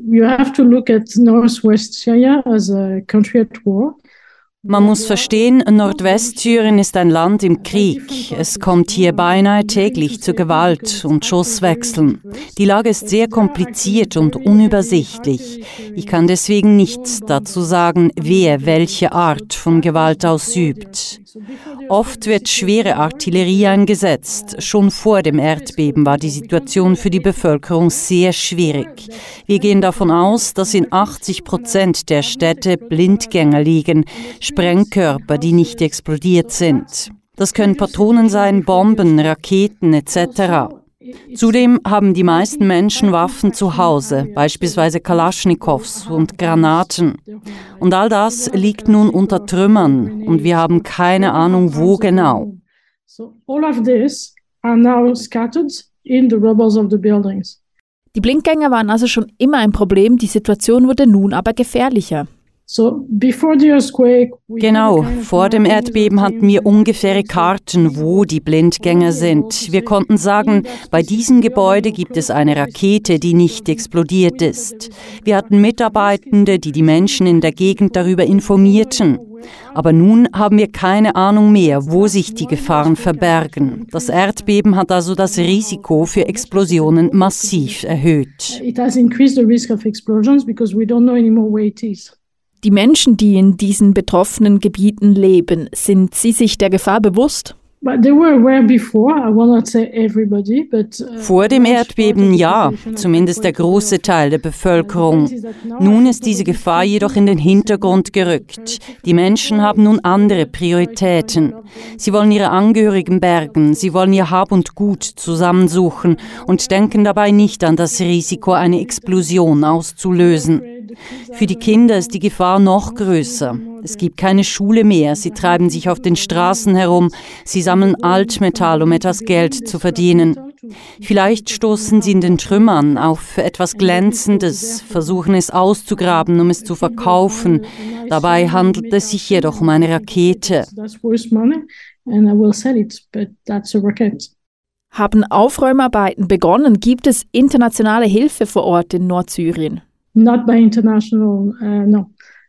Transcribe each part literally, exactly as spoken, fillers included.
you have to look at Northwest Syria as a country at war. Man muss verstehen, Nordwestsyrien ist ein Land im Krieg. Es kommt hier beinahe täglich zu Gewalt und Schusswechseln. Die Lage ist sehr kompliziert und unübersichtlich. Ich kann deswegen nichts dazu sagen, wer welche Art von Gewalt ausübt. Oft wird schwere Artillerie eingesetzt. Schon vor dem Erdbeben war die Situation für die Bevölkerung sehr schwierig. Wir gehen davon aus, dass in achtzig Prozent der Städte Blindgänger liegen, Sprengkörper, die nicht explodiert sind. Das können Patronen sein, Bomben, Raketen et cetera. Zudem haben die meisten Menschen Waffen zu Hause, beispielsweise Kalaschnikows und Granaten. Und all das liegt nun unter Trümmern und wir haben keine Ahnung, wo genau. So all of this are now scattered in the rubble of the buildings. Die Blindgänger waren also schon immer ein Problem, die Situation wurde nun aber gefährlicher. So, before the earthquake, we Genau, vor dem Erdbeben hatten wir ungefähre Karten, wo die Blindgänger sind. Wir konnten sagen, bei diesem Gebäude gibt es eine Rakete, die nicht explodiert ist. Wir hatten Mitarbeitende, die die Menschen in der Gegend darüber informierten. Aber nun haben wir keine Ahnung mehr, wo sich die Gefahren verbergen. Das Erdbeben hat also das Risiko für Explosionen massiv erhöht. It has increased the risk of explosions because we don't know anymore where it is. Die Menschen, die in diesen betroffenen Gebieten leben, sind sie sich der Gefahr bewusst? Vor dem Erdbeben ja, zumindest der große Teil der Bevölkerung. Nun ist diese Gefahr jedoch in den Hintergrund gerückt. Die Menschen haben nun andere Prioritäten. Sie wollen ihre Angehörigen bergen, sie wollen ihr Hab und Gut zusammensuchen und denken dabei nicht an das Risiko, eine Explosion auszulösen. Für die Kinder ist die Gefahr noch größer. Es gibt keine Schule mehr, sie treiben sich auf den Straßen herum, sie sammeln Altmetall, um etwas Geld zu verdienen. Vielleicht stoßen sie in den Trümmern auf etwas Glänzendes, versuchen es auszugraben, um es zu verkaufen. Dabei handelt es sich jedoch um eine Rakete. Haben Aufräumarbeiten begonnen? Gibt es internationale Hilfe vor Ort in Nordsyrien? Not by international, uh, no.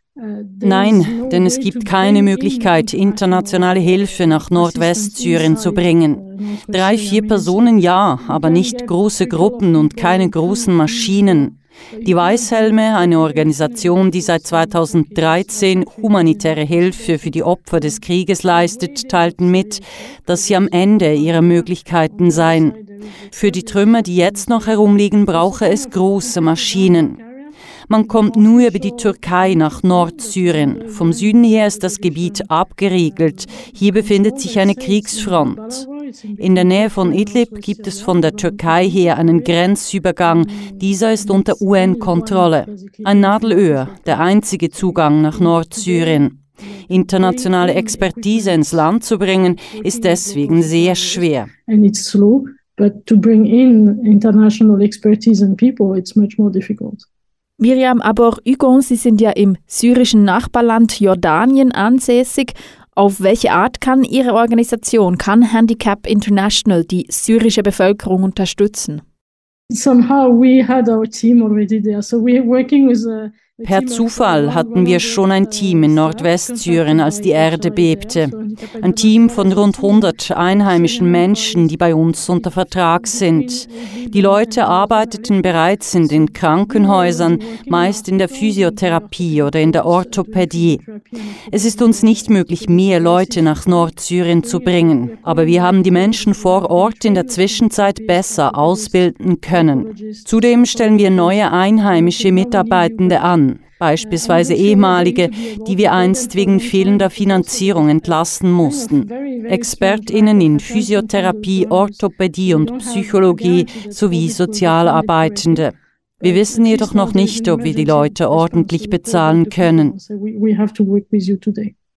Nein, denn es gibt keine Möglichkeit, internationale Hilfe nach Nordwestsyrien zu bringen. Drei, vier Personen ja, aber nicht große Gruppen und keine großen Maschinen. Die Weißhelme, eine Organisation, die seit zweitausenddreizehn humanitäre Hilfe für die Opfer des Krieges leistet, teilten mit, dass sie am Ende ihrer Möglichkeiten seien. Für die Trümmer, die jetzt noch herumliegen, brauche es große Maschinen. Man kommt nur über die Türkei nach Nordsyrien. Vom Süden her ist das Gebiet abgeriegelt. Hier befindet sich eine Kriegsfront. In der Nähe von Idlib gibt es von der Türkei her einen Grenzübergang. Dieser ist unter U N-Kontrolle. Ein Nadelöhr, der einzige Zugang nach Nordsyrien. Internationale Expertise ins Land zu bringen, ist deswegen sehr schwer. And it's slow, but to bring in international expertise and people, it's much more difficult. Miriam Abor-Hugon, Sie sind ja im syrischen Nachbarland Jordanien ansässig. Auf welche Art kann Ihre Organisation, kann Handicap International, die syrische Bevölkerung unterstützen? Somehow we had our team already there, so we're working with a Per Zufall hatten wir schon ein Team in Nordwestsyrien, als die Erde bebte. Ein Team von rund hundert einheimischen Menschen, die bei uns unter Vertrag sind. Die Leute arbeiteten bereits in den Krankenhäusern, meist in der Physiotherapie oder in der Orthopädie. Es ist uns nicht möglich, mehr Leute nach Nordsyrien zu bringen, aber wir haben die Menschen vor Ort in der Zwischenzeit besser ausbilden können. Zudem stellen wir neue einheimische Mitarbeitende an. Beispielsweise ehemalige, die wir einst wegen fehlender Finanzierung entlassen mussten. ExpertInnen in Physiotherapie, Orthopädie und Psychologie sowie Sozialarbeitende. Wir wissen jedoch noch nicht, ob wir die Leute ordentlich bezahlen können. We have to work with you today.